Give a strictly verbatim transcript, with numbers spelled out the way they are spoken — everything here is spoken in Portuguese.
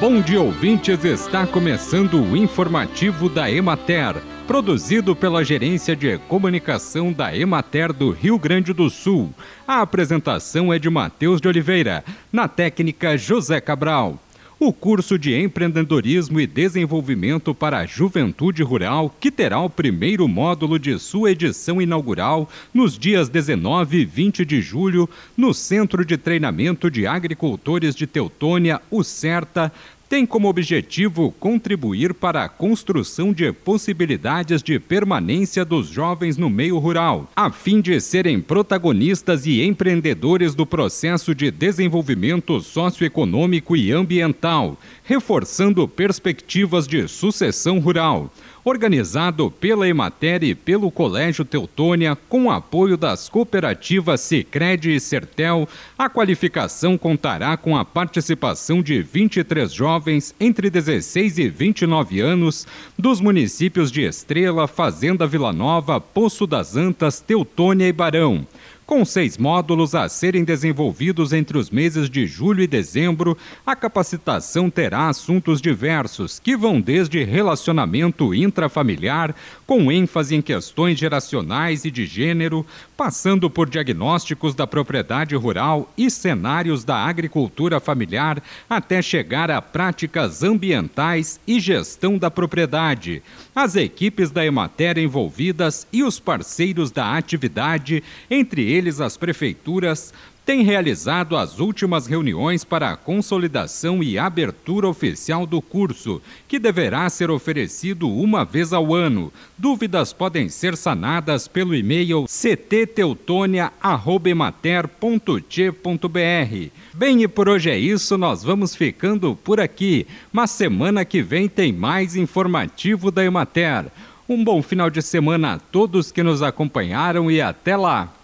Bom dia, ouvintes, está começando o informativo da Emater, produzido pela Gerência de Comunicação da Emater do Rio Grande do Sul. A apresentação é de Matheus de Oliveira, na técnica José Cabral. O curso de Empreendedorismo e Desenvolvimento para a Juventude Rural, que terá o primeiro módulo de sua edição inaugural nos dias dezenove e vinte de julho, no Centro de Treinamento de Agricultores de Teutônia, o CERTA, tem como objetivo contribuir para a construção de possibilidades de permanência dos jovens no meio rural, a fim de serem protagonistas e empreendedores do processo de desenvolvimento socioeconômico e ambiental, reforçando perspectivas de sucessão rural. Organizado pela Emater e pelo Colégio Teutônia, com apoio das cooperativas Sicredi e Sertel, a qualificação contará com a participação de vinte e três jovens entre dezesseis e vinte e nove anos dos municípios de Estrela, Fazenda Vila Nova, Poço das Antas, Teutônia e Barão. Com seis módulos a serem desenvolvidos entre os meses de julho e dezembro, a capacitação terá assuntos diversos, que vão desde relacionamento intrafamiliar, com ênfase em questões geracionais e de gênero, passando por diagnósticos da propriedade rural e cenários da agricultura familiar, até chegar a práticas ambientais e gestão da propriedade. As equipes da Emater envolvidas e os parceiros da atividade, entre eles as prefeituras, têm realizado as últimas reuniões para a consolidação e abertura oficial do curso, que deverá ser oferecido uma vez ao ano. Dúvidas podem ser sanadas pelo e-mail c t teutonia arroba emater ponto t e ponto b r. Bem, e por hoje é isso, nós vamos ficando por aqui, mas semana que vem tem mais informativo da Emater. Um bom final de semana a todos que nos acompanharam e até lá!